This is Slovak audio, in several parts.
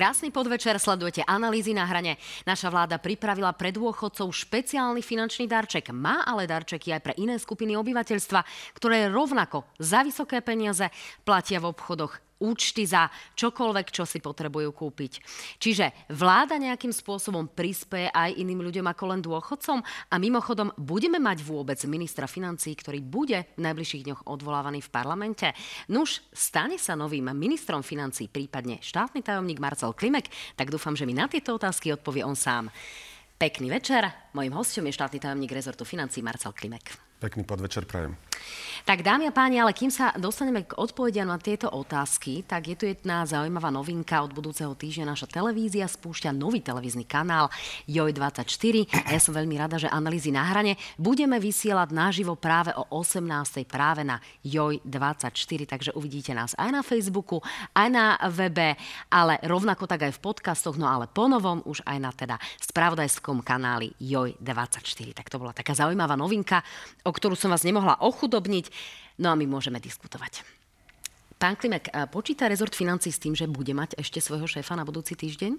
Krásny podvečer, sledujete Analýzy na hrane. Naša vláda pripravila pre dôchodcov špeciálny finančný darček. Má ale darčeky aj pre iné skupiny obyvateľstva, ktoré rovnako za vysoké peniaze platia v obchodoch účty za čokoľvek, čo si potrebujú kúpiť. Čiže vláda nejakým spôsobom prispeje aj iným ľuďom ako len dôchodcom? A mimochodom, budeme mať vôbec ministra financií, ktorý bude v najbližších dňoch odvolávaný v parlamente? Nuž, stane sa novým ministrom financií, prípadne štátny tajomník Marcel Klimek? Tak dúfam, že mi na tieto otázky odpovie on sám. Pekný večer. Mojím hosťom je štátny tajomník rezortu financií Marcel Klimek. Pekný podvečer prajem. Tak dámy a páni, ale kým sa dostaneme k odpovediam na tieto otázky, tak je tu jedna zaujímavá novinka. Od budúceho týždňa naša televízia spúšťa nový televízny kanál JOJ24. A ja som veľmi rada, že Analýzy na hrane budeme vysielať naživo práve o 18:00 práve na JOJ24. Takže uvidíte nás aj na Facebooku, aj na webe, ale rovnako tak aj v podcastoch, no ale ponovom už aj na teda spravodajskom kanáli JOJ24. Tak to bola taká zaujímavá novinka, o ktorú som vás nemohla ochudobniť. No a my môžeme diskutovať. Pán Klimek, počíta rezort financií s tým, že bude mať ešte svojho šéfa na budúci týždeň?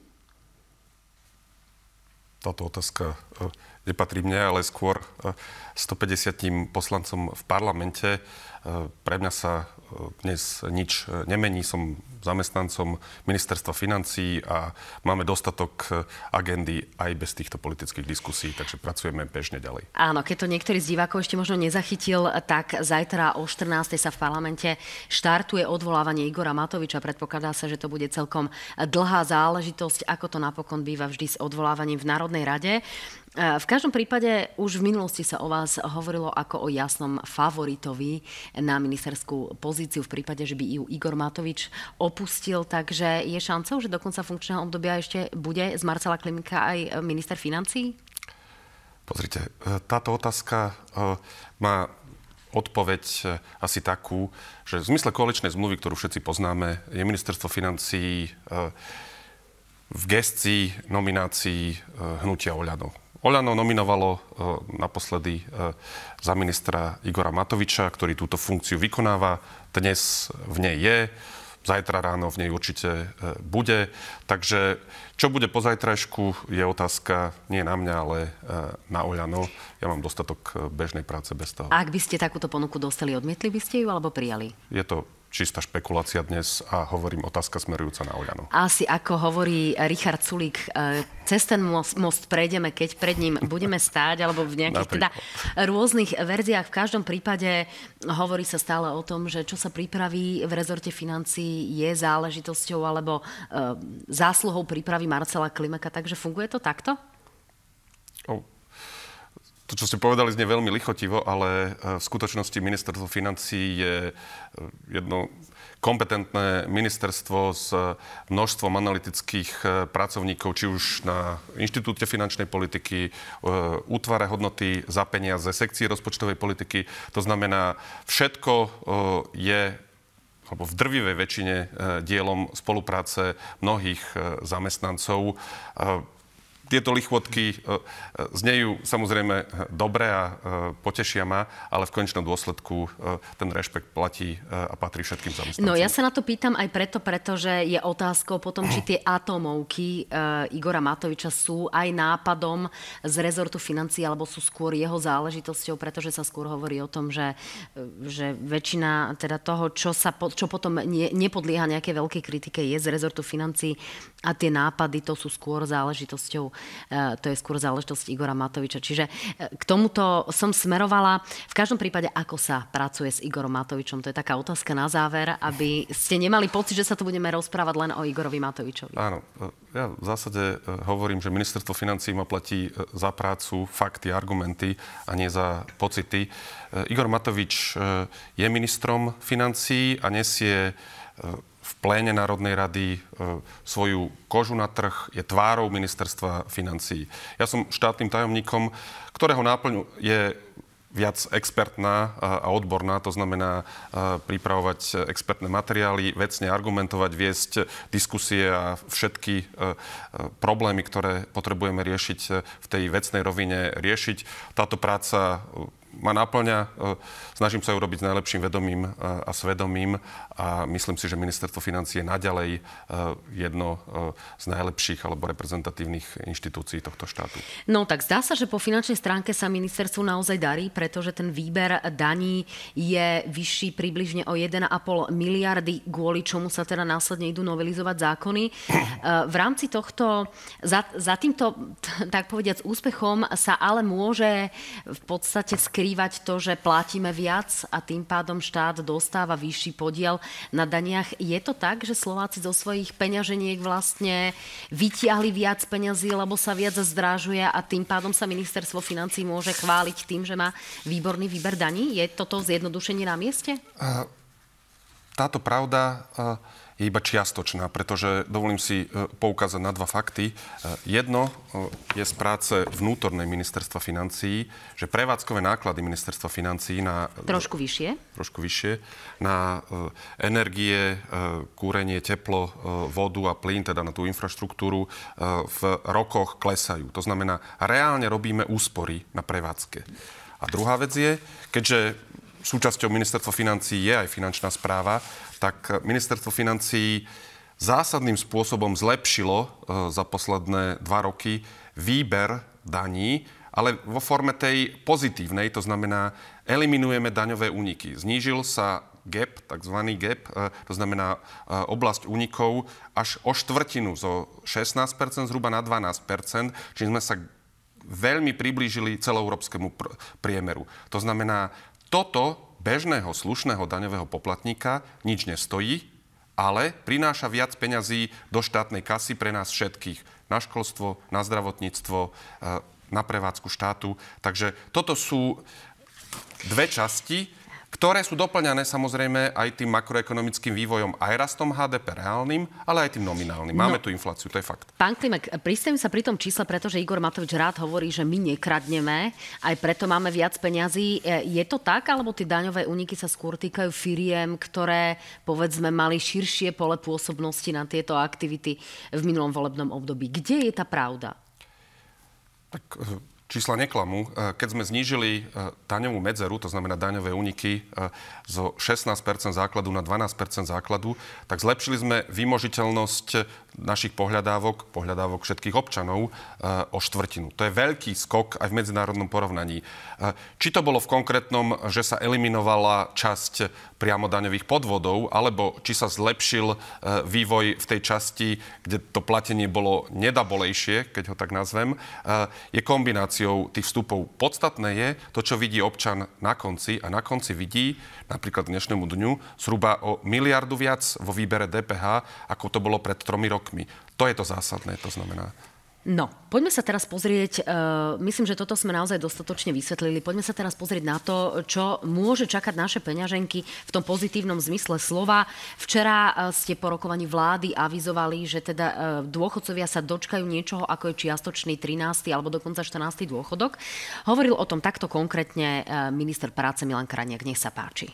Táto otázka nepatrí mne, ale skôr 150 poslancom v parlamente. Pre mňa sa dnes nič nemení. Som zamestnancom ministerstva financií a máme dostatok agendy aj bez týchto politických diskusí, takže pracujeme bežne ďalej. Áno, keď to niektorý z divákov ešte možno nezachytil, tak zajtra o 14:00 sa v parlamente štartuje odvolávanie Igora Matoviča. Predpokladá sa, že to bude celkom dlhá záležitosť, ako to napokon býva vždy s odvolávaním v Národnej rade. V každom prípade už v minulosti sa o vás hovorilo ako o jasnom favoritovi na ministerskú pozíciu v prípade, že by ju Igor Matovič opustil, takže je šancou, že do konca funkčného obdobia ešte bude z Marcela Klimka aj minister financií? Pozrite, táto otázka má odpoveď asi takú, že v zmysle koaličnej zmluvy, ktorú všetci poznáme, je ministerstvo financií v gestii nominácií hnutia Oľano. Oľano nominovalo naposledy za ministra Igora Matoviča, ktorý túto funkciu vykonáva. Dnes v nej je, zajtra ráno v nej určite bude. Takže čo bude po zajtrajšku, je otázka nie na mňa, ale na Oľano. Ja mám dostatok bežnej práce bez toho. Ak by ste takúto ponuku dostali, odmietli by ste ju alebo prijali? Je to čistá špekulácia dnes a hovorím otázka smerujúca na Oľano. Asi ako hovorí Richard Sulík, cez ten most prejdeme, keď pred ním budeme stáť, alebo v nejakých teda rôznych verziách. V každom prípade hovorí sa stále o tom, že čo sa pripraví v rezorte financií je záležitosťou alebo zásluhou prípravy Marcela Klimeka. Takže funguje to takto? To, čo ste povedali, znie veľmi lichotivo, ale v skutočnosti ministerstvo financií je jedno kompetentné ministerstvo s množstvom analytických pracovníkov, či už na Inštitúte finančnej politiky, útvare hodnoty za peniaze, sekcii rozpočtovej politiky. To znamená, všetko je alebo v drvivej väčšine dielom spolupráce mnohých zamestnancov. Tieto lichvotky znejú samozrejme dobre a potešia ma, ale v konečnom dôsledku ten rešpekt platí a patrí všetkým zamestnancom. No ja sa na to pýtam aj pretože je otázkou potom, či tie atomovky Igora Matoviča sú aj nápadom z rezortu financií, alebo sú skôr jeho záležitosťou, pretože sa skôr hovorí o tom, že väčšina teda toho, čo potom nepodlieha nejakej veľkej kritike, je z rezortu financií a tie nápady to sú skôr záležitosťou to je skôr záležitosť Igora Matoviča. Čiže k tomuto som smerovala. V každom prípade, ako sa pracuje s Igorom Matovičom? To je taká otázka na záver, aby ste nemali pocit, že sa tu budeme rozprávať len o Igorovi Matovičovi. Áno. Ja v zásade hovorím, že ministerstvo financií ma platí za prácu, fakty, argumenty a nie za pocity. Igor Matovič je ministrom financií a nesie v pléne Národnej rady svoju kožu na trh, je tvárou ministerstva financií. Ja som štátnym tajomníkom, ktorého náplň je viac expertná a odborná, to znamená pripravovať expertné materiály, vecne argumentovať, viesť diskusie a všetky problémy, ktoré potrebujeme riešiť v tej vecnej rovine, riešiť. Táto práca ma naplňa. Snažím sa ju robiť s najlepším vedomím a svedomím a myslím si, že ministerstvo financií je naďalej jedno z najlepších alebo reprezentatívnych inštitúcií tohto štátu. No tak zdá sa, že po finančnej stránke sa ministerstvu naozaj darí, pretože ten výber daní je vyšší približne o 1,5 miliardy, kvôli čomu sa teda následne idú novelizovať zákony. V rámci tohto, za týmto, tak povediac, úspechom sa ale môže v podstate skrývať to, že platíme viac a tým pádom štát dostáva vyšší podiel na daniach. Je to tak, že Slováci zo svojich peňaženiek vlastne vytiahli viac peňazí, lebo sa viac zdrážuje a tým pádom sa ministerstvo financií môže chváliť tým, že má výborný výber daní? Je toto zjednodušenie na mieste? Táto pravda je iba čiastočná, pretože dovolím si poukázať na dva fakty. Jedno je z práce vnútornej ministerstva financií, že prevádzkové náklady ministerstva financií na... Trošku vyššie. Na energie, kúrenie, teplo, vodu a plyn, teda na tú infraštruktúru, v rokoch klesajú. To znamená, reálne robíme úspory na prevádzke. A druhá vec je, keďže súčasťou ministerstva financií je aj finančná správa, tak ministerstvo financií zásadným spôsobom zlepšilo za posledné 2 roky výber daní, ale vo forme tej pozitívnej, to znamená, eliminujeme daňové úniky. Znížil sa gap, takzvaný gap, to znamená oblasť únikov až o štvrtinu, zo 16% zhruba na 12%, čiže sme sa veľmi priblížili celoeurópskemu priemeru. To znamená, toto bežného slušného daňového poplatníka nič nestojí, ale prináša viac peňazí do štátnej kasy pre nás všetkých. Na školstvo, na zdravotníctvo, na prevádzku štátu. Takže toto sú dve časti, ktoré sú doplňané samozrejme aj tým makroekonomickým vývojom, aj rastom HDP reálnym, ale aj tým nominálnym. Máme tu infláciu, to je fakt. Pán Klimek, pristavím sa pri tom čísle, pretože Igor Matovič rád hovorí, že my nekradneme, aj preto máme viac peňazí. Je to tak, alebo tie daňové úniky sa skôr týkajú firiem, ktoré, povedzme, mali širšie pole pôsobnosti na tieto aktivity v minulom volebnom období? Kde je tá pravda? Tak čísla neklamú. Keď sme znížili daňovú medzeru, to znamená daňové úniky, zo 16% základu na 12% základu, tak zlepšili sme vymožiteľnosť našich pohľadávok všetkých občanov o štvrtinu. To je veľký skok aj v medzinárodnom porovnaní. Či to bolo v konkrétnom, že sa eliminovala časť priamo daňových podvodov, alebo či sa zlepšil vývoj v tej časti, kde to platenie bolo nedabolejšie, keď ho tak nazvem, je kombináciou tých vstupov. Podstatné je to, čo vidí občan na konci a na konci vidí napríklad dnešnému dňu zhruba o 1 miliardu viac vo výbere DPH, ako to bolo pred 3 rokmi. To je to zásadné, to znamená. No, poďme sa teraz pozrieť, myslím, že toto sme naozaj dostatočne vysvetlili, poďme sa teraz pozrieť na to, čo môže čakať naše peňaženky v tom pozitívnom zmysle slova. Včera ste po rokovaní vlády avizovali, že teda dôchodcovia sa dočkajú niečoho, ako je čiastočný 13. alebo dokonca 14. dôchodok. Hovoril o tom takto konkrétne minister práce Milan Krajniak. Nech sa páči.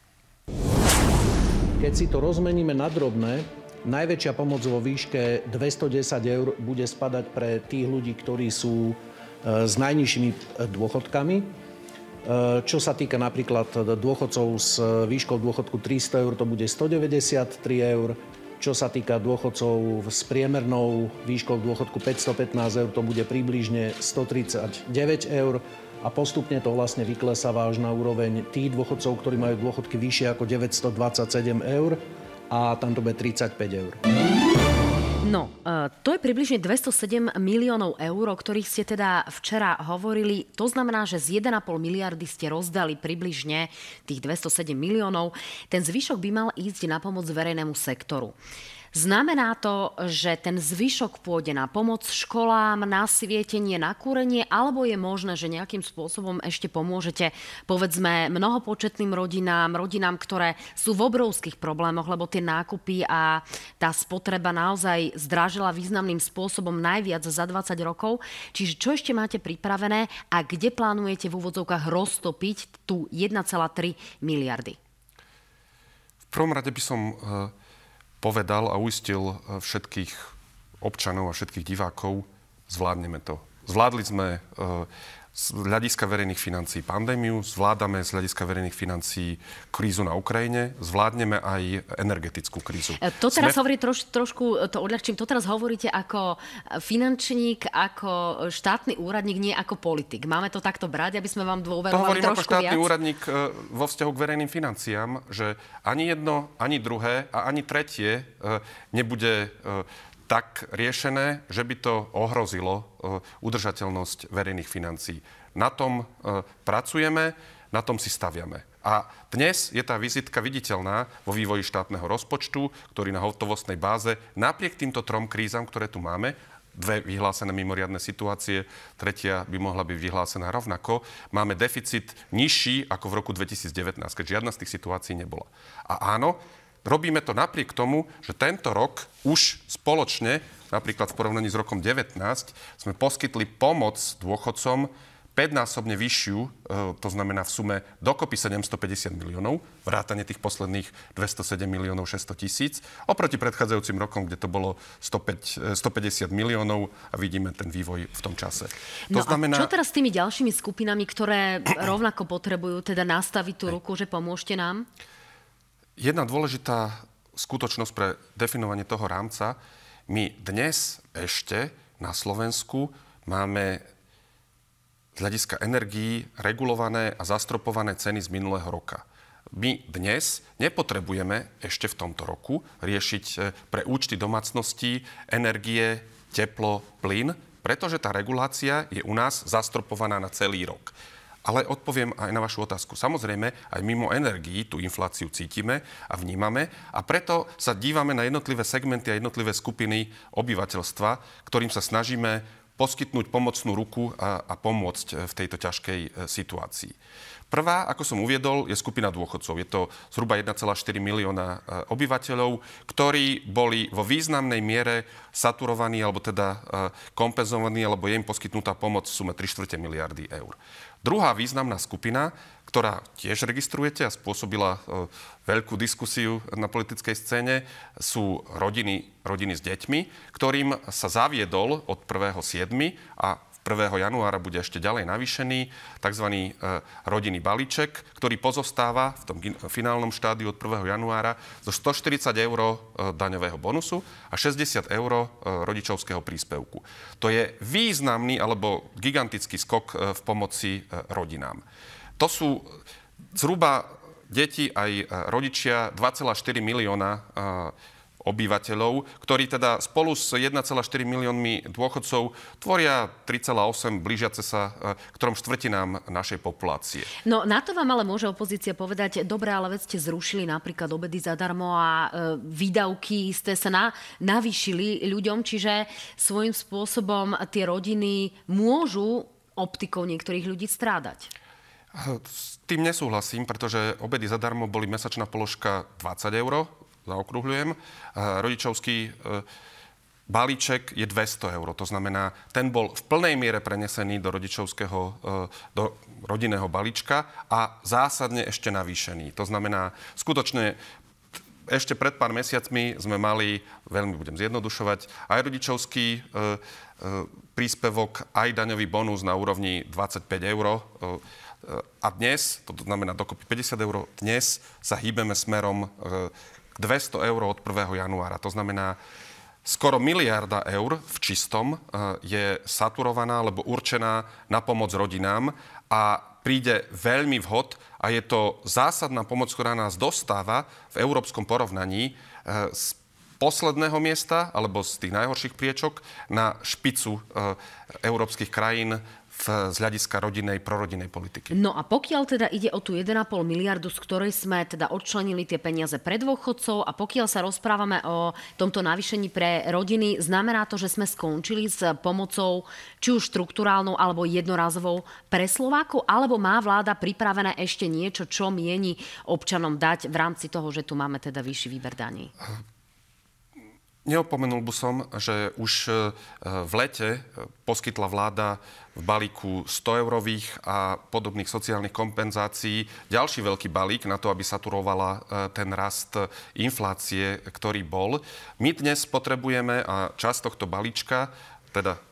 Keď si to rozmeníme na drobné, najväčšia pomoc vo výške 210 eur bude spadať pre tých ľudí, ktorí sú s najnižšími dôchodkami. Čo sa týka napríklad dôchodcov s výškou dôchodku 300 eur, to bude 193 eur. Čo sa týka dôchodcov s priemernou výškou dôchodku 515 eur, to bude približne 139 eur. A postupne to vlastne vyklesáva až na úroveň tých dôchodcov, ktorí majú dôchodky vyššie ako 927 eur. A tam to bude 35 eur. No, to je približne 207 miliónov eur, o ktorých ste teda včera hovorili. To znamená, že z 1,5 miliardy ste rozdali približne tých 207 miliónov. Ten zvyšok by mal ísť na pomoc verejnému sektoru. Znamená to, že ten zvyšok pôjde na pomoc školám, na svietenie, na kúrenie, alebo je možné, že nejakým spôsobom ešte pomôžete, povedzme, mnohopočetným rodinám, ktoré sú v obrovských problémoch, lebo tie nákupy a tá spotreba naozaj zdražila významným spôsobom najviac za 20 rokov. Čiže čo ešte máte pripravené a kde plánujete v úvodzovkách roztopiť tú 1,3 miliardy? V prvom rade by som povedal a uistil všetkých občanov a všetkých divákov, zvládneme to. Zvládli sme z hľadiska verejných financií pandémiu, zvládame z hľadiska verejných financií krízu na Ukrajine, zvládneme aj energetickú krízu. To teraz trošku to odľahčím, to teraz hovoríte ako finančník, ako štátny úradník, nie ako politik. Máme to takto brať, aby sme vám dôverovali trošku viac? To hovorím ako štátny úradník vo vzťahu k verejným financiám, že ani jedno, ani druhé a ani tretie nebude tak riešené, že by to ohrozilo udržateľnosť verejných financií. Na tom pracujeme, na tom si staviame. A dnes je tá vizitka viditeľná vo vývoji štátneho rozpočtu, ktorý na hotovostnej báze, napriek týmto 3 krízam, ktoré tu máme, 2 vyhlásené mimoriadne situácie, tretia by mohla byť vyhlásená rovnako, máme deficit nižší ako v roku 2019, keď žiadna z tých situácií nebola. A áno, robíme to napriek tomu, že tento rok už spoločne, napríklad v porovnaní s rokom 19, sme poskytli pomoc dôchodcom 5-násobne vyššiu, to znamená v sume dokopy 750 miliónov, vrátane tých posledných 207 miliónov 600 tisíc, oproti predchádzajúcim rokom, kde to bolo 150 miliónov a vidíme ten vývoj v tom čase. No to znamená... a čo teraz s tými ďalšími skupinami, ktoré rovnako potrebujú teda nastaviť tú ruku, že pomôžte nám? Jedna dôležitá skutočnosť pre definovanie toho rámca, my dnes ešte na Slovensku máme z hľadiska energií regulované a zastropované ceny z minulého roka. My dnes nepotrebujeme ešte v tomto roku riešiť pre účty domácností energie, teplo, plyn, pretože tá regulácia je u nás zastropovaná na celý rok. Ale odpoviem aj na vašu otázku. Samozrejme, aj mimo energií tú infláciu cítime a vnímame a preto sa dívame na jednotlivé segmenty a jednotlivé skupiny obyvateľstva, ktorým sa snažíme poskytnúť pomocnú ruku a pomôcť v tejto ťažkej situácii. Prvá, ako som uviedol, je skupina dôchodcov. Je to zhruba 1,4 milióna obyvateľov, ktorí boli vo významnej miere saturovaní, alebo teda kompenzovaní, alebo je im poskytnutá pomoc v sume 3/4 miliardy eur. Druhá významná skupina, ktorá tiež registrujete a spôsobila veľkú diskusiu na politickej scéne, sú rodiny s deťmi, ktorým sa zaviedol od 1.7. a 1. januára bude ešte ďalej navýšený tzv. Rodinný balíček, ktorý pozostáva v tom finálnom štádiu od 1. januára zo 140 eur daňového bonusu a 60 eur rodičovského príspevku. To je významný alebo gigantický skok v pomoci rodinám. To sú zhruba deti aj rodičia 2,4 milióna obyvateľov, ktorí teda spolu s 1,4 miliónmi dôchodcov tvoria 3,8 blížiace sa k 3/4 našej populácie. No na to vám ale môže opozícia povedať, dobre, ale veď ste zrušili napríklad obedy zadarmo a výdavky ste sa navýšili ľuďom, čiže svojím spôsobom tie rodiny môžu optikou niektorých ľudí strádať. S tým nesúhlasím, pretože obedy zadarmo boli mesačná položka 20 eur, zaokrúhľujem. Rodičovský balíček je 200 eur. To znamená, ten bol v plnej miere prenesený do rodinného balíčka a zásadne ešte navýšený. To znamená, skutočne ešte pred pár mesiacmi sme mali, veľmi budem zjednodušovať, aj rodičovský príspevok, aj daňový bonus na úrovni 25 eur. A dnes, to znamená dokopy 50 eur, dnes sa hýbeme smerom 200 eur od 1. januára. To znamená, skoro miliarda eur v čistom je saturovaná alebo určená na pomoc rodinám a príde veľmi vhod a je to zásadná pomoc, ktorá nás dostáva v európskom porovnaní z posledného miesta alebo z tých najhorších priečok na špicu európskych krajín z hľadiska prorodinnej politiky. No a pokiaľ teda ide o tú 1,5 miliardu, z ktorej sme teda odčlenili tie peniaze pre dôchodcov a pokiaľ sa rozprávame o tomto navýšení pre rodiny, znamená to, že sme skončili s pomocou či už štrukturálnou alebo jednorázovou pre Slovákov, alebo má vláda pripravené ešte niečo, čo mieni občanom dať v rámci toho, že tu máme teda vyšší výber daní? Neopomenul by som, že už v lete poskytla vláda v balíku 100-eurových a podobných sociálnych kompenzácií ďalší veľký balík na to, aby saturovala ten rast inflácie, ktorý bol. My dnes potrebujeme, a časť tohto balíčka, teda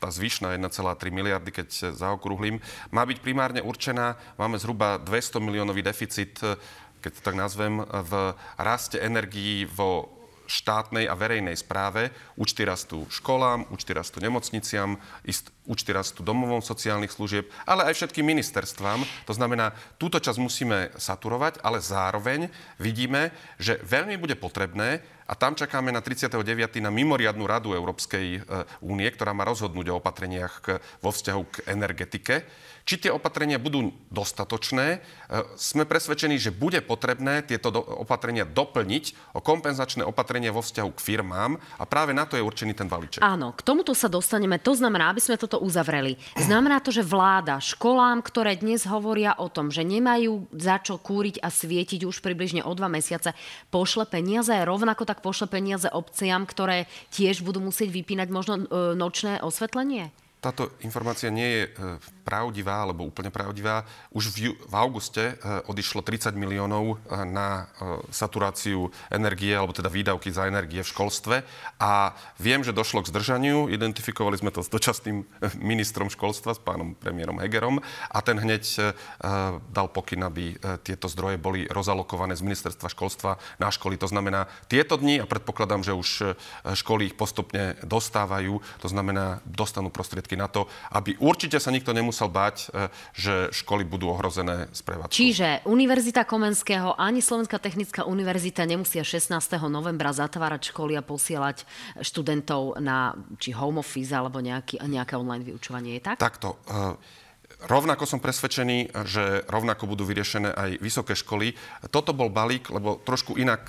tá zvyšná 1,3 miliardy, keď zaokrúhlim, má byť primárne určená, máme zhruba 200 miliónový deficit, keď to tak nazvem, v raste energií vo štátnej a verejnej správe. Účty rastú školám, účty rastú nemocniciam, účty rastú domovom sociálnych služieb, ale aj všetkým ministerstvám. To znamená, túto časť musíme saturovať, ale zároveň vidíme, že veľmi bude potrebné, a tam čakáme na 39. na mimoriadnu radu Európskej únie, ktorá má rozhodnúť o opatreniach vo vzťahu k energetike. Či tie opatrenia budú dostatočné, sme presvedčení, že bude potrebné tieto opatrenia doplniť o kompenzačné opatrenia vo vzťahu k firmám a práve na to je určený ten balíček. Áno, k tomuto sa dostaneme. To znamená, aby sme toto uzavreli. Znamená to, že vláda školám, ktoré dnes hovoria o tom, že nemajú za čo kúriť a svietiť už približne o 2 mesiace, pošle peniaze, rovnako tak pošle peniaze obciam, ktoré tiež budú musieť vypínať možno nočné osvetlenie? Táto informácia nie je pravdivá, alebo úplne pravdivá. Už v auguste odišlo 30 miliónov na saturáciu energie, alebo teda výdavky za energie v školstve. A viem, že došlo k zdržaniu. Identifikovali sme to s dočasným ministrom školstva, s pánom premiérom Hegerom. A ten hneď dal pokyn, aby tieto zdroje boli rozalokované z ministerstva školstva na školy. To znamená, tieto dni, a predpokladám, že už školy ich postupne dostávajú, to znamená, dostanú prostriedky na to, aby určite sa nikto nemusel báť, že školy budú ohrozené s prevádzkou. Čiže Univerzita Komenského ani Slovenská technická univerzita nemusia 16. novembra zatvárať školy a posielať študentov na či home office alebo nejaké online vyučovanie. Je tak? Takto. Rovnako som presvedčený, že rovnako budú vyriešené aj vysoké školy. Toto bol balík, lebo trošku inak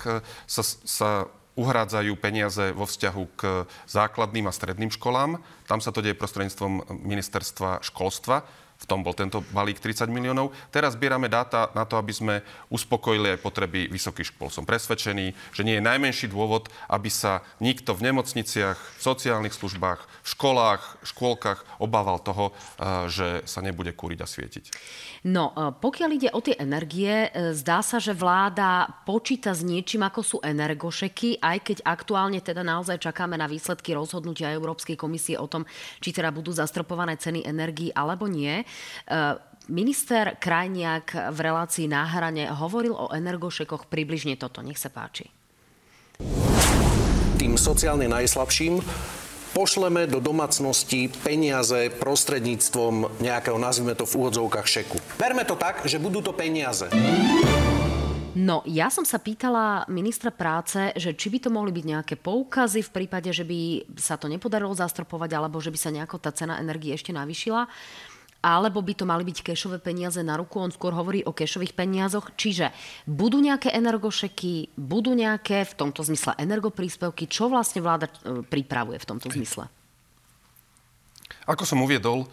sa uhrádzajú peniaze vo vzťahu k základným a stredným školám. Tam sa to deje prostredníctvom ministerstva školstva. V tom bol tento balík 30 miliónov. Teraz zbierame dáta na to, aby sme uspokojili aj potreby vysokých škôl. Som presvedčený, že nie je najmenší dôvod, aby sa nikto v nemocniciach, v sociálnych službách, v školách, škôlkach obával toho, že sa nebude kúriť a svietiť. No, pokiaľ ide o tie energie, zdá sa, že vláda počíta s niečím, ako sú energošeky, aj keď aktuálne teda naozaj čakáme na výsledky rozhodnutia Európskej komisie o tom, či teda budú zastropované ceny energií alebo nie. Minister Krajniak v relácii Na hrane hovoril o energošekoch približne toto. Nech sa páči. Tým sociálne najslabším pošleme do domácnosti peniaze prostredníctvom nejakého, nazvime to v úvodzovkách, šeku. Berme to tak, že budú to peniaze. No, ja som sa pýtala ministra práce, že či by to mohli byť nejaké poukazy v prípade, že by sa to nepodarilo zastropovať, alebo že by sa nejako tá cena energie ešte navýšila. Alebo by to mali byť kešové peniaze na ruku. On skôr hovorí o kešových peniazoch. Čiže budú nejaké energošeky, budú nejaké v tomto zmysle energopríspevky. Čo vlastne vláda pripravuje v tomto zmysle? Ako som uviedol,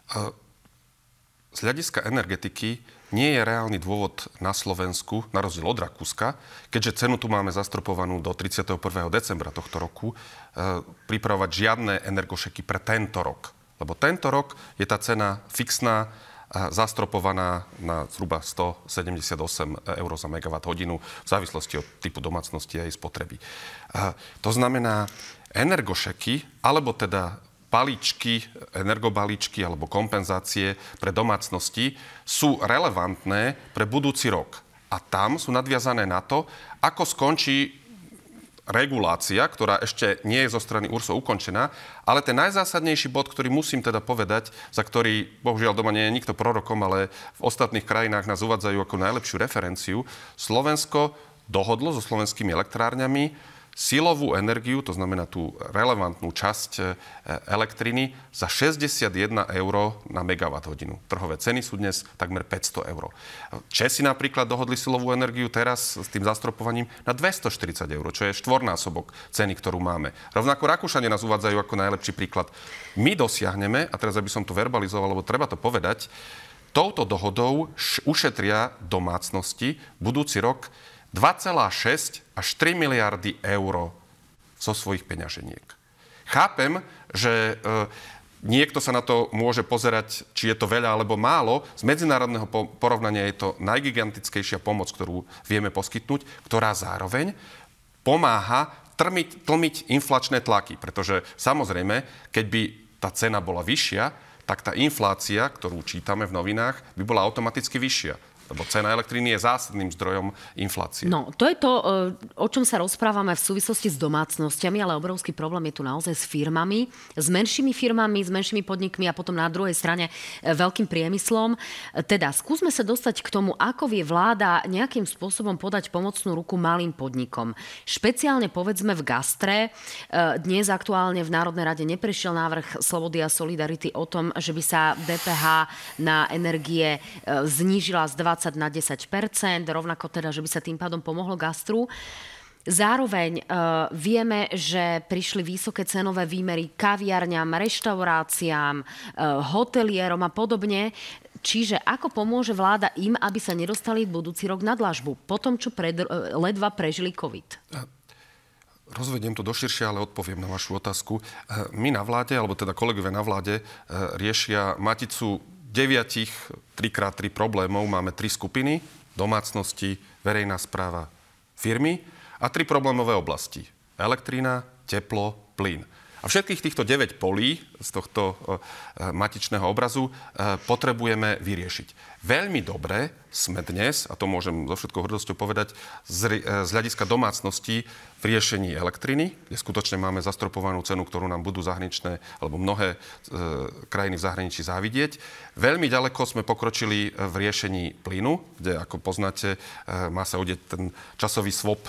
z hľadiska energetiky nie je reálny dôvod na Slovensku, na rozdiel od Rakúska, keďže cenu tu máme zastropovanú do 31. decembra tohto roku, pripravovať žiadne energošeky pre tento rok. Lebo tento rok je tá cena fixná, zastropovaná na zhruba 178 eur za megawatt hodinu v závislosti od typu domácnosti a jej spotreby. To znamená, energošeky, alebo teda balíčky, energobalíčky alebo kompenzácie pre domácnosti sú relevantné pre budúci rok. A tam sú nadviazané na to, ako skončí regulácia, ktorá ešte nie je zo strany URSO ukončená, ale ten najzásadnejší bod, ktorý musím teda povedať, za ktorý, bohužiaľ doma nie je nikto prorokom, ale v ostatných krajinách nás uvádzajú ako najlepšiu referenciu, Slovensko dohodlo so slovenskými elektrárňami silovú energiu, to znamená tú relevantnú časť elektriny, za 61 eur na megawatt hodinu. Trhové ceny sú dnes takmer 500 eur. Česi napríklad dohodli silovú energiu teraz s tým zastropovaním na 240 eur, čo je štvornásobok ceny, ktorú máme. Rovnako Rakúšania nás uvádzajú ako najlepší príklad. My dosiahneme, a teraz aby som to verbalizoval, lebo treba to povedať, touto dohodou ušetria domácnosti budúci rok 2,6 až 3 miliardy eur zo svojich peňaženiek. Chápem, že niekto sa na to môže pozerať, či je to veľa alebo málo. Z medzinárodného porovnania je to najgigantickejšia pomoc, ktorú vieme poskytnúť, ktorá zároveň pomáha tlmiť inflačné tlaky. Pretože samozrejme, keď by tá cena bola vyššia, tak tá inflácia, ktorú čítame v novinách, by bola automaticky vyššia. Lebo cena elektriny je zásadným zdrojom inflácie. No, to je to, o čom sa rozprávame v súvislosti s domácnosťami, ale obrovský problém je tu naozaj s firmami, s menšími firmami, s menšími podnikmi a potom na druhej strane veľkým priemyslom. Teda skúsme sa dostať k tomu, ako vie vláda nejakým spôsobom podať pomocnú ruku malým podnikom. Špeciálne povedzme v gastre. Dnes aktuálne v Národnej rade neprešiel návrh Slobody a Solidarity o tom, že by sa DPH na energie znížila z 20 na 10%, rovnako teda, že by sa tým pádom pomohlo gastru. Zároveň vieme, že prišli vysoké cenové výmery kaviarňam, reštauráciám, hotelierom a podobne. Čiže ako pomôže vláda im, aby sa nedostali budúci rok na dlažbu, po tom, čo ledva prežili COVID? Rozvediem to doširšie, ale odpoviem na vašu otázku. My na vláde, alebo teda kolegovia na vláde, riešia maticu 9 3x3 problémov. Máme 3 skupiny: domácnosti, verejná správa, firmy a 3 problémové oblasti: elektrina, teplo, plyn. A všetkých týchto 9 polí z tohto matičného obrazu potrebujeme vyriešiť. Veľmi dobre sme dnes, a to môžem so všetkou hrdosťou povedať, z hľadiska domácností v riešení elektriny, kde skutočne máme zastropovanú cenu, ktorú nám budú zahraničné alebo mnohé krajiny v zahraničí závidieť. Veľmi ďaleko sme pokročili v riešení plynu, kde, ako poznáte, má sa udeť ten časový swap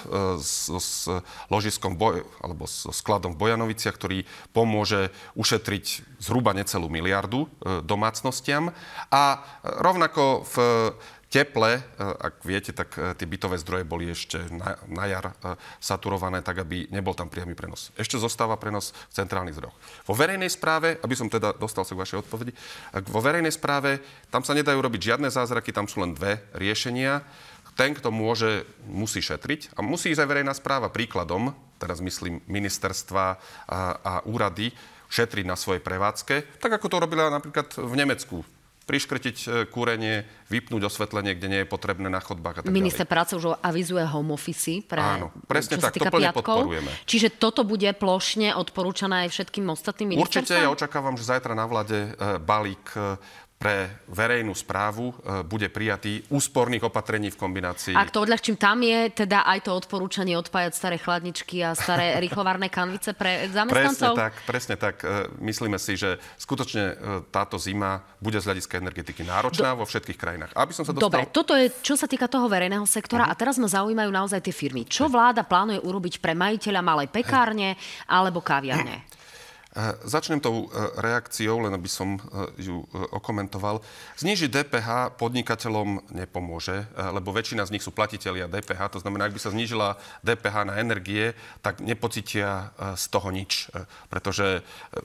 s ložiskom alebo so skladom v Bojanoviciach, ktorý pomôže ušetriť zhruba necelú miliardu domácnostiam. A rovnako v teple, ak viete, tak tie bytové zdroje boli ešte na jar saturované, tak aby nebol tam priamy prenos. Ešte zostáva prenos v centrálnych zdrojoch. Vo verejnej správe, aby som teda dostal sa k vašej odpovedi, vo verejnej správe tam sa nedajú robiť žiadne zázraky, tam sú len 2 riešenia. Ten, kto môže, musí šetriť a musí ísť aj verejná správa príkladom, teraz myslím ministerstva a úrady, šetriť na svojej prevádzke, tak ako to robila napríklad v Nemecku. Priškrtiť kúrenie, vypnúť osvetlenie, kde nie je potrebné na chodbách a tak ďalej. Minister práce už avizuje home office pre, áno, presne čo sa tak, týka to plne piatkov. podporujeme. Čiže toto bude plošne odporúčané aj všetkým ostatným ministerstvám? Určite, ja očakávam, že zajtra na vláde balík pre verejnú správu bude prijatý úsporných opatrení v kombinácii. Ak to odľahčím, tam je teda aj to odporúčanie odpájať staré chladničky a staré rýchlovárne kanvice pre zamestnancov? Presne tak. Myslíme si, že skutočne táto zima bude z hľadiska energetiky náročná vo všetkých krajinách. Aby som sa dostal... Dobre, toto je, čo sa týka toho verejného sektora. A teraz ma zaujímajú naozaj tie firmy. Čo vláda plánuje urobiť pre majiteľa malej pekárne alebo kaviarne? Začnem tou reakciou, len aby som ju okomentoval. Znížiť DPH podnikateľom nepomôže, lebo väčšina z nich sú platitelia DPH. To znamená, ak by sa znížila DPH na energie, tak nepocítia z toho nič, pretože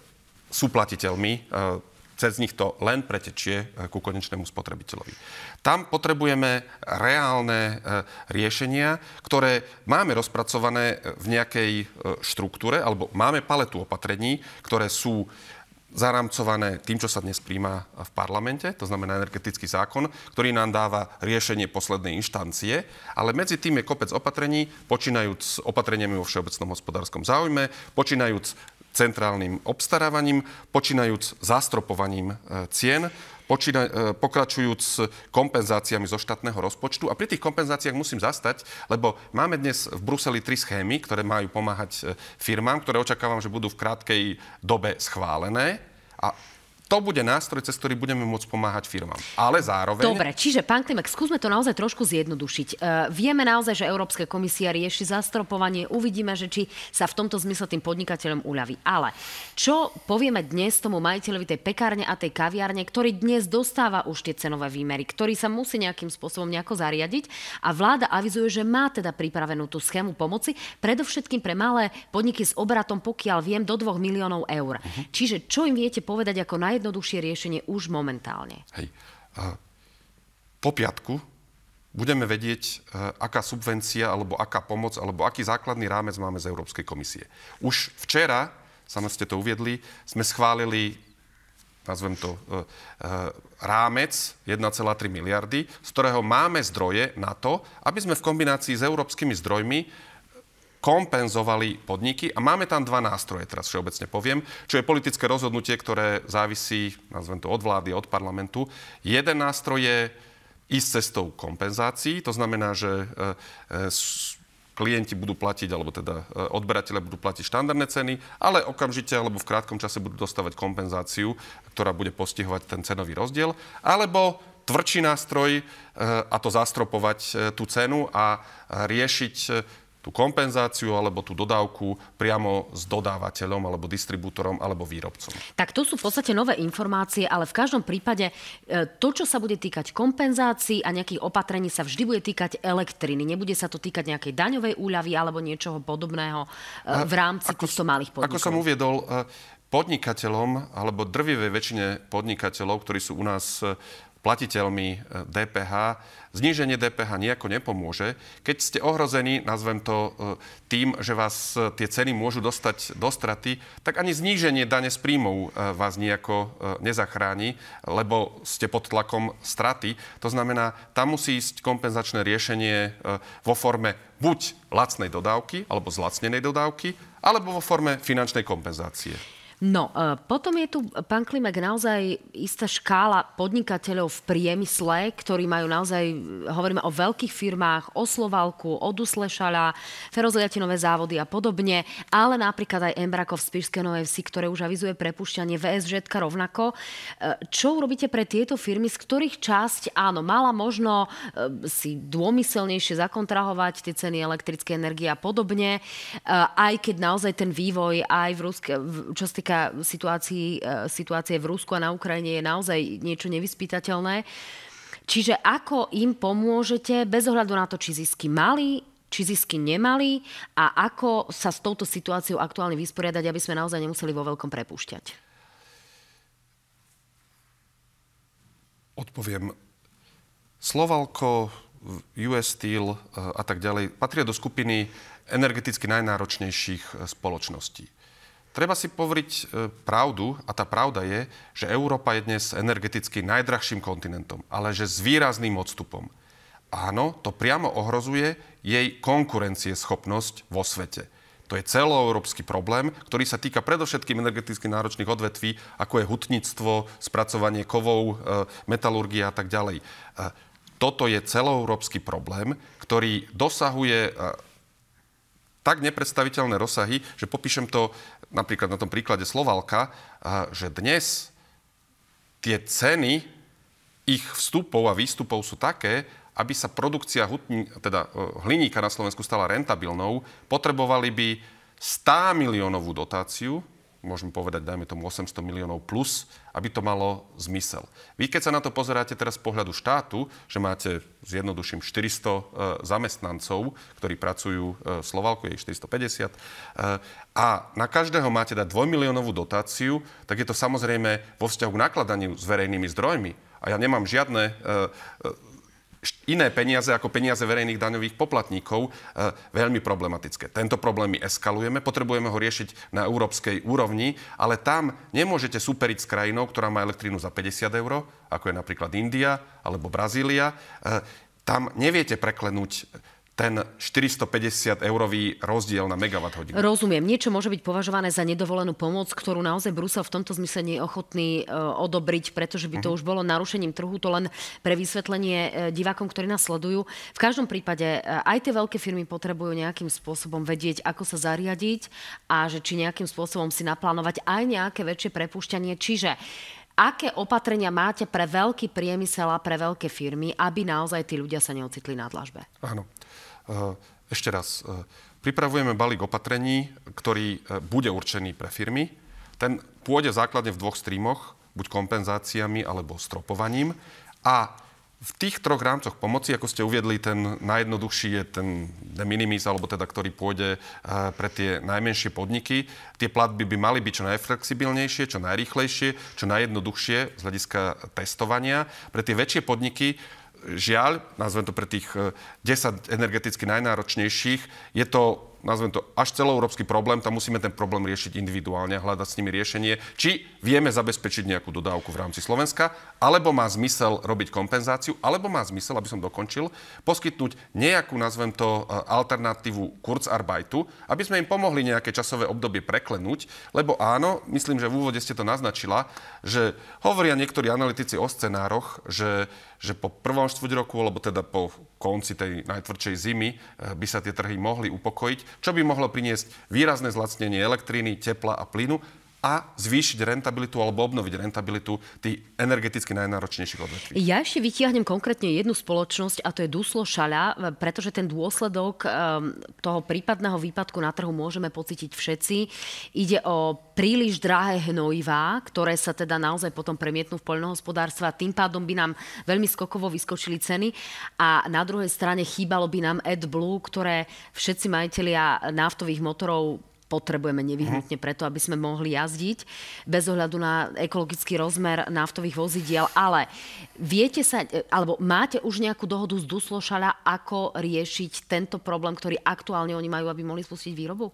sú platiteľmi. Cez nich to len pretečie ku konečnému spotrebiteľovi. Tam potrebujeme reálne riešenia, ktoré máme rozpracované v nejakej štruktúre, alebo máme paletu opatrení, ktoré sú zaramcované tým, čo sa dnes príjma v parlamente, to znamená energetický zákon, ktorý nám dáva riešenie poslednej inštancie, ale medzi tým je kopec opatrení, počínajúc opatreniami vo všeobecnom hospodárskom záujme, počínajúc centrálnym obstarávaním, počínajúc zastropovaním cien, pokračujúc kompenzáciami zo štátneho rozpočtu. A pri tých kompenzáciách musím zastať, lebo máme dnes v Bruseli 3 schémy, ktoré majú pomáhať firmám, ktoré očakávam, že budú v krátkej dobe schválené. A to bude nástroj, cez ktorý budeme môcť pomáhať firmám. Ale zároveň... Dobre, čiže pán Klimek, skúsme to naozaj trošku zjednodušiť. Vieme naozaj, že Európska komisia rieši zastropovanie. Uvidíme, že či sa v tomto zmysle tým podnikateľom uľaví. Ale čo povieme dnes tomu majiteľovi tej pekárne a tej kaviárne, ktorý dnes dostáva už tie cenové výmery, ktorý sa musí nejakým spôsobom nejako zariadiť a vláda avizuje, že má teda pripravenú tú schému pomoci, predovšetkým pre malé podniky s obratom, pokiaľ viem, do 2 miliónov eur. Čiže čo im viete povedať ako najjednoduchšie riešenie už momentálne? Hej. Po piatku budeme vedieť, aká subvencia, alebo aká pomoc, alebo aký základný rámec máme z Európskej komisie. Už včera, sami ste to uviedli, sme schválili, nazvem to, rámec 1,3 miliardy, z ktorého máme zdroje na to, aby sme v kombinácii s európskymi zdrojmi kompenzovali podniky. A máme tam dva nástroje, teraz všeobecne poviem, čo je politické rozhodnutie, ktoré závisí, nazvem to, od vlády, od parlamentu. Jeden nástroj je ísť cestou kompenzácií, to znamená, že klienti budú platiť, alebo teda odberatelia budú platiť štandardné ceny, ale okamžite alebo v krátkom čase budú dostávať kompenzáciu, ktorá bude postihovať ten cenový rozdiel. Alebo tvrdší nástroj, a to zastropovať tú cenu a riešiť tú kompenzáciu alebo tú dodávku priamo s dodávateľom alebo distribútorom alebo výrobcom. Tak to sú v podstate nové informácie, ale v každom prípade to, čo sa bude týkať kompenzácií a nejakých opatrení, sa vždy bude týkať elektriny. Nebude sa to týkať nejakej daňovej úľavy alebo niečoho podobného v rámci týchto malých podnikov. Ako som uviedol, podnikateľom alebo drvivej väčšine podnikateľov, ktorí sú u nás platiteľmi DPH, zníženie DPH nejako nepomôže. Keď ste ohrození, nazvem to tým, že vás tie ceny môžu dostať do straty, tak ani zníženie dane z príjmov vás nejako nezachráni, lebo ste pod tlakom straty. To znamená, tam musí ísť kompenzačné riešenie vo forme buď lacnej dodávky, alebo zlacnenej dodávky, alebo vo forme finančnej kompenzácie. No, potom je tu, pán Klimek, naozaj istá škála podnikateľov v priemysle, ktorí majú naozaj, hovoríme o veľkých firmách, o Slovalku, o Duslešala, Ferozliatinové závody a podobne, ale napríklad aj Embrakov v Spišskej Novej Vsi, ktoré už avizuje prepušťanie, VSŽ-ka rovnako. Čo urobíte pre tieto firmy, z ktorých časť, áno, mala možno si dômyselnejšie zakontrahovať tie ceny elektrickej energie a podobne, aj keď naozaj ten vývoj aj v Ruske, čo sa týka situácie v Rusku a na Ukrajine je naozaj niečo nevyspytateľné. Čiže ako im pomôžete bez ohľadu na to, či zisky mali, či zisky nemali a ako sa s touto situáciou aktuálne vysporiadať, aby sme naozaj nemuseli vo veľkom prepúšťať? Odpoviem. Slovalko, US Steel a tak ďalej patria do skupiny energeticky najnáročnejších spoločností. Treba si poveriť pravdu a tá pravda je, že Európa je dnes energeticky najdrahším kontinentom, ale že s výrazným odstupom. Áno, to priamo ohrozuje jej konkurencieschopnosť vo svete. To je celoeurópsky problém, ktorý sa týka predovšetkým energeticky náročných odvetví, ako je hutníctvo, spracovanie kovov, metalurgia a tak ďalej. Toto je celoeurópsky problém, ktorý dosahuje tak nepredstaviteľné rozsahy, že popíšem to napríklad na tom príklade Slovalka, že dnes tie ceny ich vstupov a výstupov sú také, aby sa produkcia hliníka na Slovensku stala rentabilnou, potrebovali by 100 miliónovú dotáciu, môžeme povedať, dajme tomu 800 miliónov plus, aby to malo zmysel. Vy, keď sa na to pozeráte teraz z pohľadu štátu, že máte, zjednoduším, 400 zamestnancov, ktorí pracujú v Slovalku, je ich 450, a na každého máte dať 2-miliónovú dotáciu, tak je to samozrejme vo vzťahu k nakladaniu s verejnými zdrojmi. A ja nemám žiadne iné peniaze ako peniaze verejných daňových poplatníkov veľmi problematické. Tento problém my eskalujeme, potrebujeme ho riešiť na európskej úrovni, ale tam nemôžete superiť s krajinou, ktorá má elektrínu za 50 eur, ako je napríklad India alebo Brazília. Tam neviete preklenúť ten 450-eurový rozdiel na megawatt hodinu. Rozumiem. Niečo môže byť považované za nedovolenú pomoc, ktorú naozaj Brusel v tomto zmysle nie je ochotný odobriť, pretože by to už bolo narušením trhu. To len pre vysvetlenie divákom, ktorí nás sledujú. V každom prípade aj tie veľké firmy potrebujú nejakým spôsobom vedieť, ako sa zariadiť a že či nejakým spôsobom si naplánovať aj nejaké väčšie prepúšťanie. Čiže aké opatrenia máte pre veľký priemysel a pre veľké firmy, aby naozaj tí ľudia sa neocitli na dlažbe? Áno. Ešte raz, pripravujeme balík opatrení, ktorý bude určený pre firmy. Ten pôjde základne v 2 streamoch, buď kompenzáciami alebo stropovaním. A v tých 3 rámcoch pomoci, ako ste uviedli, ten najjednoduchší je ten de minimis, alebo teda, ktorý pôjde pre tie najmenšie podniky. Tie platby by mali byť čo najflexibilnejšie, čo najrýchlejšie, čo najjednoduchšie z hľadiska testovania. Pre tie väčšie podniky, žiaľ, nazvem to pre tých 10 energeticky najnáročnejších, je to nazvem to, až celoeurópsky problém, tam musíme ten problém riešiť individuálne a hľadať s nimi riešenie, či vieme zabezpečiť nejakú dodávku v rámci Slovenska, alebo má zmysel robiť kompenzáciu, alebo má zmysel, aby som dokončil, poskytnúť nejakú, nazvem to, alternatívu Kurzarbeitu, aby sme im pomohli nejaké časové obdobie preklenúť, lebo áno, myslím, že v úvode ste to naznačila, že hovoria niektorí analytici o scenároch, že po prvom štvrťroku, alebo teda po konci tej najtvrdšej zimy by sa tie trhy mohli upokojiť, čo by mohlo priniesť výrazné zlacnenie elektriny, tepla a plynu a zvýšiť rentabilitu alebo obnoviť rentabilitu tých energeticky najnáročnejších odvetví. Ja ešte vytiahnem konkrétne jednu spoločnosť a to je Duslo Šaľa, pretože ten dôsledok toho prípadného výpadku na trhu môžeme pocítiť všetci. Ide o príliš drahé hnojivá, ktoré sa teda naozaj potom premietnú v poľnohospodárstve a tým pádom by nám veľmi skokovo vyskočili ceny a na druhej strane chýbalo by nám AdBlue, ktoré všetci majitelia naftových motorov potrebujeme nevyhnutne preto, aby sme mohli jazdiť bez ohľadu na ekologický rozmer naftových vozidiel. Ale viete sa, alebo máte už nejakú dohodu z Duslo Šaľa, ako riešiť tento problém, ktorý aktuálne oni majú, aby mohli spustiť výrobu?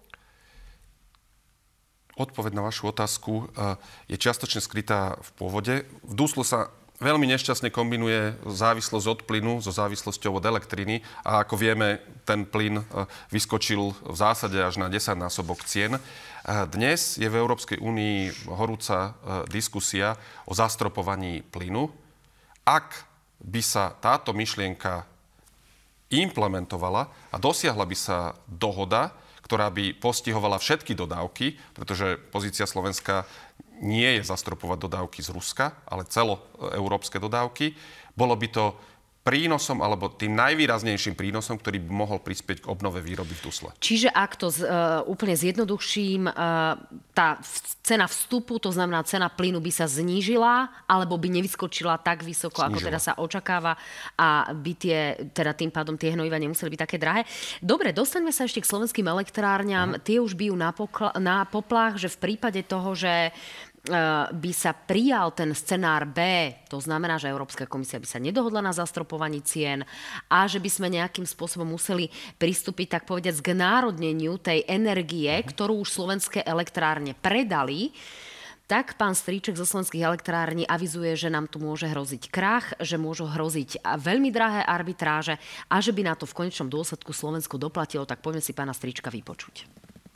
Odpoveď na vašu otázku je čiastočne skrytá v pôvode. V Duslo sa veľmi nešťastne kombinuje závislosť od plynu so závislosťou od elektriny a ako vieme, ten plyn vyskočil v zásade až na 10-násobok cien. Dnes je v Európskej únii horúca diskusia o zastropovaní plynu. Ak by sa táto myšlienka implementovala a dosiahla by sa dohoda, ktorá by postihovala všetky dodávky, pretože pozícia Slovenska nie je zastropovať dodávky z Ruska, ale celoeurópske dodávky. Bolo by to prínosom, alebo tým najvýraznejším prínosom, ktorý by mohol prispieť k obnove výroby v Dusle. Čiže ak to úplne zjednoduším, tá cena vstupu, to znamená cena plynu by sa znížila, alebo by nevyskočila tak vysoko, ako teda sa očakáva a by teda tým pádom tie hnojiva nemuseli byť také drahé. Dobre, dostaňme sa ešte k slovenským elektrárňam. Tie už bijú na poplach, že v prípade toho, že by sa prijal ten scenár B, to znamená, že Európska komisia by sa nedohodla na zastropovaní cien a že by sme nejakým spôsobom museli pristúpiť, tak povediať, k národneniu tej energie, ktorú už slovenské elektrárne predali, tak pán Strýček zo slovenských elektrární avizuje, že nám tu môže hroziť krach, že môžu hroziť veľmi drahé arbitráže a že by na to v konečnom dôsledku Slovensko doplatilo, tak poďme si pána Strýčka vypočuť.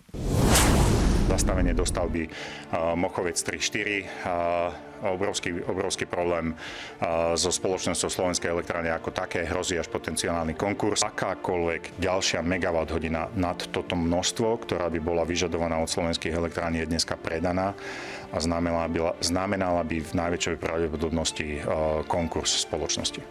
Zastavenie dostavby Mochovec 3-4, obrovský problém so spoločnosťou Slovenskej elektrárne ako také, hrozí až potenciálny konkurs. Akákoľvek ďalšia megawatt hodina nad toto množstvo, ktorá by bola vyžadovaná od slovenských elektrární, je dneska predaná a znamenala by v najväčšej pravdepodobnosti konkurs spoločnosti.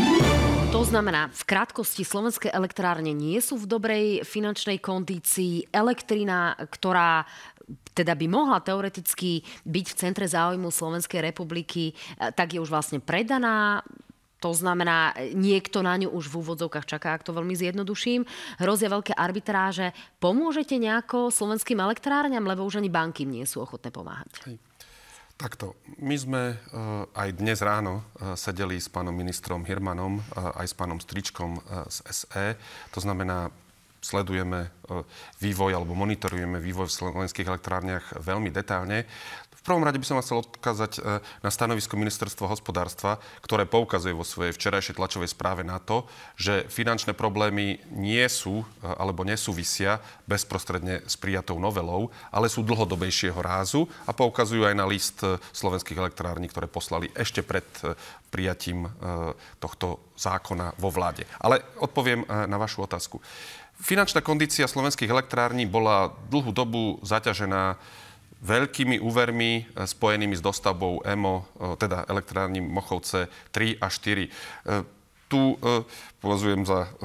To znamená, v krátkosti slovenské elektrárne nie sú v dobrej finančnej kondícii. Elektrina, ktorá teda by mohla teoreticky byť v centre záujmu Slovenskej republiky, tak je už vlastne predaná. To znamená, niekto na ňu už v úvodzovkách čaká, ak to veľmi zjednoduším. Hrozia veľké arbitráže. Pomôžete nejako slovenským elektrárňam, lebo už ani banky nie sú ochotné pomáhať? Takto. My sme aj dnes ráno sedeli s pánom ministrom Hirmanom, aj s pánom Stričkom z SE. To znamená, sledujeme vývoj alebo monitorujeme vývoj v slovenských elektrárniach veľmi detailne. V prvom rade by som vás chcel odkázať na stanovisko Ministerstva hospodárstva, ktoré poukazuje vo svojej včerajšej tlačovej správe na to, že finančné problémy nie sú alebo nesúvisia bezprostredne s prijatou novelou, ale sú dlhodobejšieho rázu a poukazujú aj na list slovenských elektrární, ktoré poslali ešte pred prijatím tohto zákona vo vláde. Ale odpoviem na vašu otázku. Finančná kondícia slovenských elektrární bola dlhú dobu zaťažená veľkými úvermi spojenými s dostavbou EMO, teda elektrární Mochovce 3 a 4. Tu považujem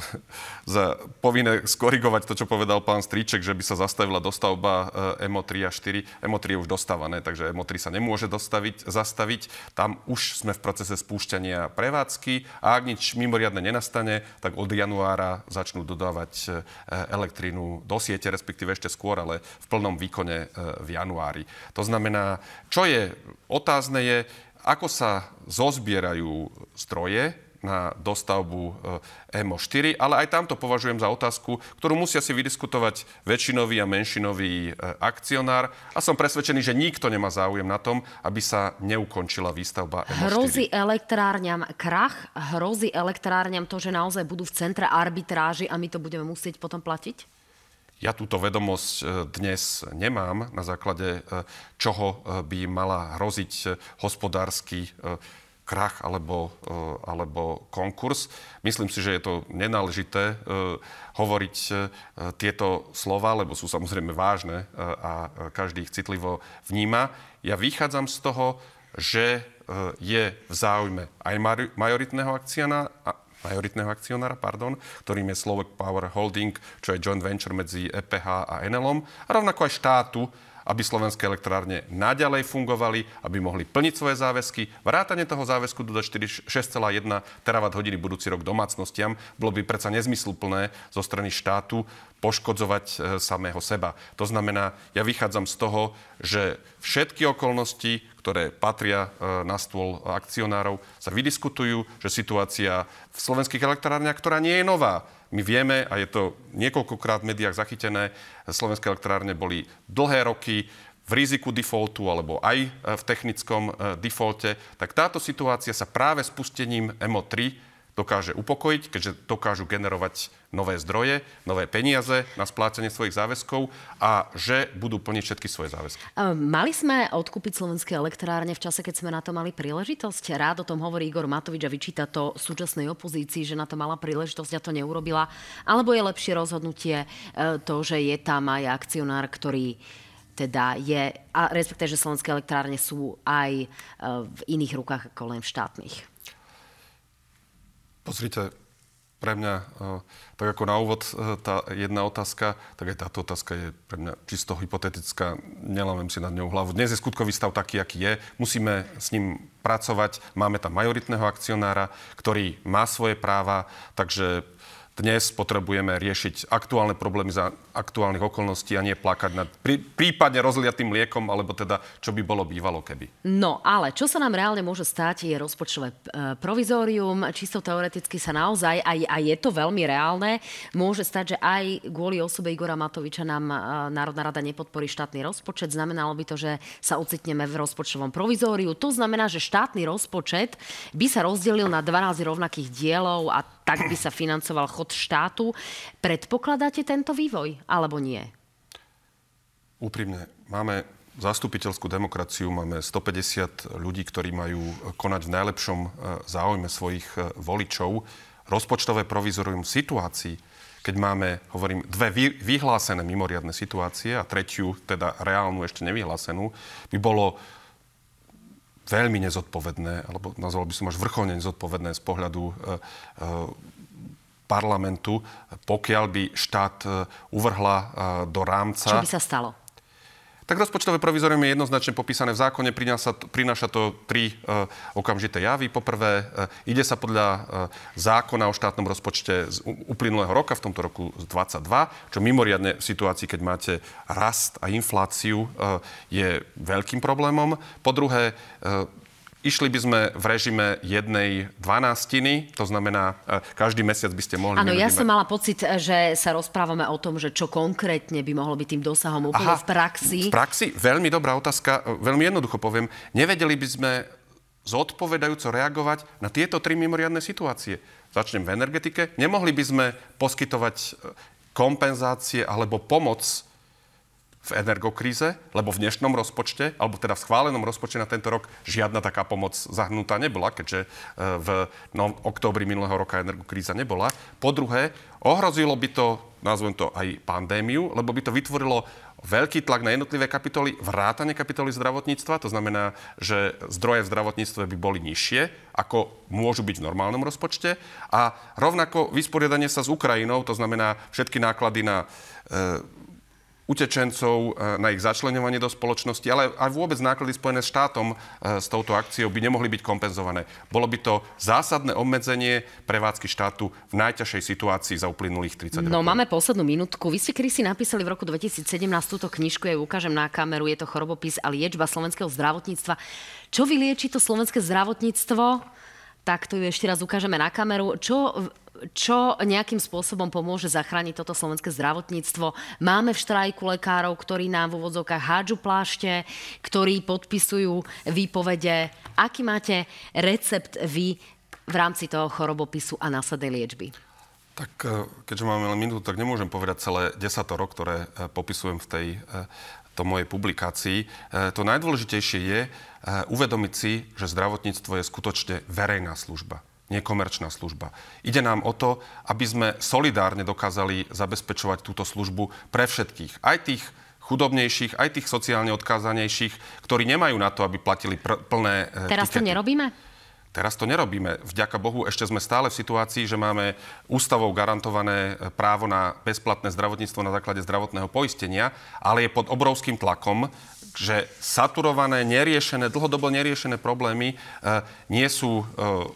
za povinné skorigovať to, čo povedal pán Strýček, že by sa zastavila dostavba EMO 3 a 4. EMO 3 je už dostávané, takže EMO 3 sa nemôže zastaviť. Tam už sme v procese spúšťania prevádzky a ak nič mimoriadne nenastane, tak od januára začnú dodávať elektrínu do siete, respektíve ešte skôr, ale v plnom výkone v januári. To znamená, čo je otázne je, ako sa zozbierajú zdroje na dostavbu EMO4, ale aj tam to považujem za otázku, ktorú musia si vydiskutovať väčšinový a menšinový akcionár a som presvedčený, že nikto nemá záujem na tom, aby sa neukončila výstavba EMO4. Hrozí elektrárňam krach? Hrozí elektrárňam to, že naozaj budú v centre arbitráži a my to budeme musieť potom platiť? Ja túto vedomosť dnes nemám, na základe čoho by mala hroziť hospodársky krach alebo konkurs. Myslím si, že je to nenáležité hovoriť tieto slova, lebo sú samozrejme vážne a každý ich citlivo vníma. Ja vychádzam z toho, že je v záujme aj majoritného akcionára, ktorým je Slovak Power Holding, čo je joint venture medzi EPH a Enelom, a rovnako aj štátu, aby slovenské elektrárne naďalej fungovali, aby mohli plniť svoje záväzky. Vrátane toho záväzku dodať 6,1 terawatt-hodiny budúci rok domácnostiam bolo by predsa nezmysluplné zo strany štátu poškodzovať samého seba. To znamená, ja vychádzam z toho, že všetky okolnosti, ktoré patria na stôl akcionárov, sa vydiskutujú, že situácia v slovenských elektrárniach, ktorá nie je nová. My vieme, a je to niekoľkokrát v médiách zachytené, slovenské elektrárne boli dlhé roky v riziku defaultu alebo aj v technickom defaulte, tak táto situácia sa práve spustením EMO3 dokáže upokojiť, keďže dokážu generovať nové zdroje, nové peniaze na splácanie svojich záväzkov a že budú plniť všetky svoje záväzky. Mali sme odkúpiť slovenské elektrárne v čase, keď sme na to mali príležitosť? Rád o tom hovorí Igor Matovič a vyčíta to súčasnej opozícii, že na to mala príležitosť a to neurobila. Alebo je lepšie rozhodnutie to, že je tam aj akcionár, ktorý teda je, a respektíve, že slovenské elektrárne sú aj v iných rukách ako len v štátnych? Pozrite, pre mňa, tak ako na úvod tá jedna otázka, tak aj táto otázka je pre mňa čisto hypotetická. Nelámem si nad ňou hlavu. Dnes je skutkový stav taký, aký je. Musíme s ním pracovať. Máme tam majoritného akcionára, ktorý má svoje práva, takže dnes potrebujeme riešiť aktuálne problémy za aktuálnych okolností a nie plakať nad prípadne rozliatým mliekom, alebo teda, čo by bolo bývalo keby. No, ale čo sa nám reálne môže stať, je rozpočtové provizórium. Čisto teoreticky sa naozaj, a je to veľmi reálne, môže stať, že aj kvôli osobe Igora Matoviča nám Národná rada nepodporí štátny rozpočet. Znamenalo by to, že sa ocitneme v rozpočtovom provizóriu. To znamená, že štátny rozpočet by sa rozdelil na 12 rovnakých dielov a tak by sa financoval chod štátu. Predpokladáte tento vývoj, alebo nie? Úprimne, máme zastupiteľskú demokraciu, máme 150 ľudí, ktorí majú konať v najlepšom záujme svojich voličov. Rozpočtové provizorium v situácii, keď máme, hovorím, dve vyhlásené mimoriadne situácie a tretiu, teda reálnu, ešte nevyhlásenú, by bolo veľmi nezodpovedné, alebo nazval by som až vrcholne nezodpovedné z pohľadu parlamentu, pokiaľ by štát uvrhla do rámca. Čo by sa stalo? Tak rozpočtové provizorium je jednoznačne popísané v zákone, prináša to tri okamžité javy. Poprvé, ide sa podľa zákona o štátnom rozpočte z uplynulého roka, v tomto roku z 22, čo mimoriadne v situácii, keď máte rast a infláciu, je veľkým problémom. Po druhé, išli by sme v režime 1/12, to znamená, každý mesiac by ste mohli... Áno, ja som mala pocit, že sa rozprávame o tom, že čo konkrétne by mohlo byť tým dosahom úplne v praxi. V praxi? Veľmi dobrá otázka. Veľmi jednoducho poviem. Nevedeli by sme zodpovedajúco reagovať na tieto tri mimoriadne situácie. Začnem v energetike. Nemohli by sme poskytovať kompenzácie alebo pomoc v energokríze, lebo v dnešnom rozpočte, alebo teda v schválenom rozpočte na tento rok žiadna taká pomoc zahrnutá nebola, keďže v októbri minulého roka energokríza nebola. Po druhé, ohrozilo by to, nazvem to aj pandémiu, lebo by to vytvorilo veľký tlak na jednotlivé kapitoly, vrátane kapitoly zdravotníctva. To znamená, že zdroje v zdravotníctve by boli nižšie, ako môžu byť v normálnom rozpočte. A rovnako vysporiadanie sa s Ukrajinou, to znamená všetky náklady na utečencov, na ich začleňovanie do spoločnosti, ale aj vôbec náklady spojené s štátom, s touto akciou by nemohli byť kompenzované. Bolo by to zásadné obmedzenie prevádzky štátu v najťažšej situácii za uplynulých 30 rokov. No, máme poslednú minútku. Vy ste, Krisi, napísali v roku 2017 túto knižku, ja ju ukážem na kameru, je to Chorobopis a liečba slovenského zdravotníctva. Čo vylieči to slovenské zdravotníctvo? takto ju ešte raz ukážeme na kameru. Čo nejakým spôsobom pomôže zachrániť toto slovenské zdravotníctvo? Máme v štrajku lekárov, ktorí nám v úvodzovkách hádžu plášte, ktorí podpisujú výpovede. Aký máte recept vy v rámci toho chorobopisu a následnej liečby? Tak keďže máme len minútu, tak nemôžem povedať celé desatoro, ktoré popisujem v tejto mojej publikácii. To najdôležitejšie je uvedomiť si, že zdravotníctvo je skutočne verejná služba, nekomerčná služba. Ide nám o to, aby sme solidárne dokázali zabezpečovať túto službu pre všetkých. Aj tých chudobnejších, aj tých sociálne odkázanejších, ktorí nemajú na to, aby platili plné Teraz tikety. to nerobíme? Teraz to nerobíme. Vďaka Bohu ešte sme stále v situácii, že máme ústavou garantované právo na bezplatné zdravotníctvo na základe zdravotného poistenia, ale je pod obrovským tlakom, že saturované, neriešené, dlhodobo neriešené problémy nie sú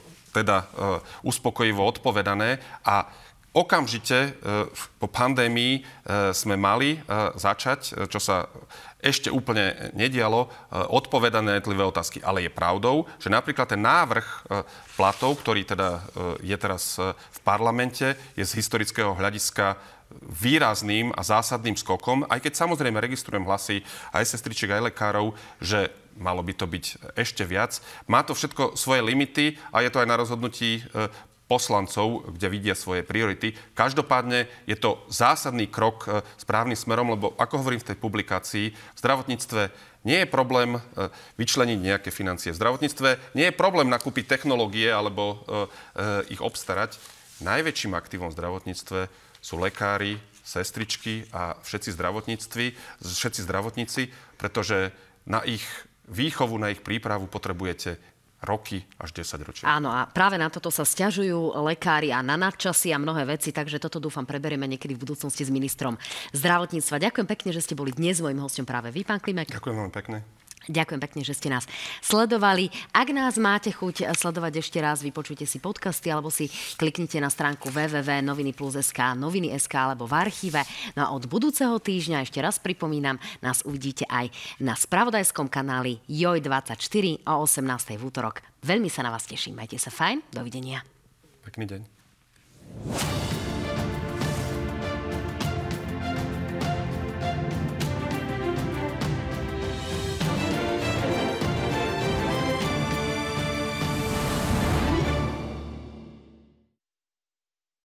uspokojivo odpovedané a okamžite po pandémii sme mali začať, čo sa ešte úplne nedialo, odpovedať na jednotlivé otázky. Ale je pravdou, že napríklad ten návrh platov, ktorý teda je teraz v parlamente, je z historického hľadiska výrazným a zásadným skokom, aj keď samozrejme registrujem hlasy aj sestričiek, aj lekárov, že malo by to byť ešte viac. Má to všetko svoje limity a je to aj na rozhodnutí poslancov, kde vidia svoje priority. Každopádne je to zásadný krok správnym smerom, lebo ako hovorím v tej publikácii, v zdravotníctve nie je problém vyčleniť nejaké financie. V zdravotníctve nie je problém nakúpiť technológie alebo ich obstarať. Najväčším aktívom v zdravotníctve sú lekári, sestričky a všetci zdravotníci, pretože na ich výchovu, na ich prípravu potrebujete roky až 10 ročia. Áno, a práve na toto sa sťažujú lekári a na nadčasy a mnohé veci, takže toto dúfam preberieme niekedy v budúcnosti s ministrom zdravotníctva. Ďakujem pekne, že ste boli dnes mojím hosťom práve vy, pán Klimek. Ďakujem veľmi pekne. Ďakujem pekne, že ste nás sledovali. Ak nás máte chuť sledovať ešte raz, vypočujte si podcasty alebo si kliknite na stránku www.noviny+sk, noviny.sk alebo v archíve. No a od budúceho týždňa, ešte raz pripomínam, nás uvidíte aj na spravodajskom kanáli JOJ24 o 18:00 v útorok. Veľmi sa na vás teším. Majte sa fajn. Dovidenia. Pekný deň.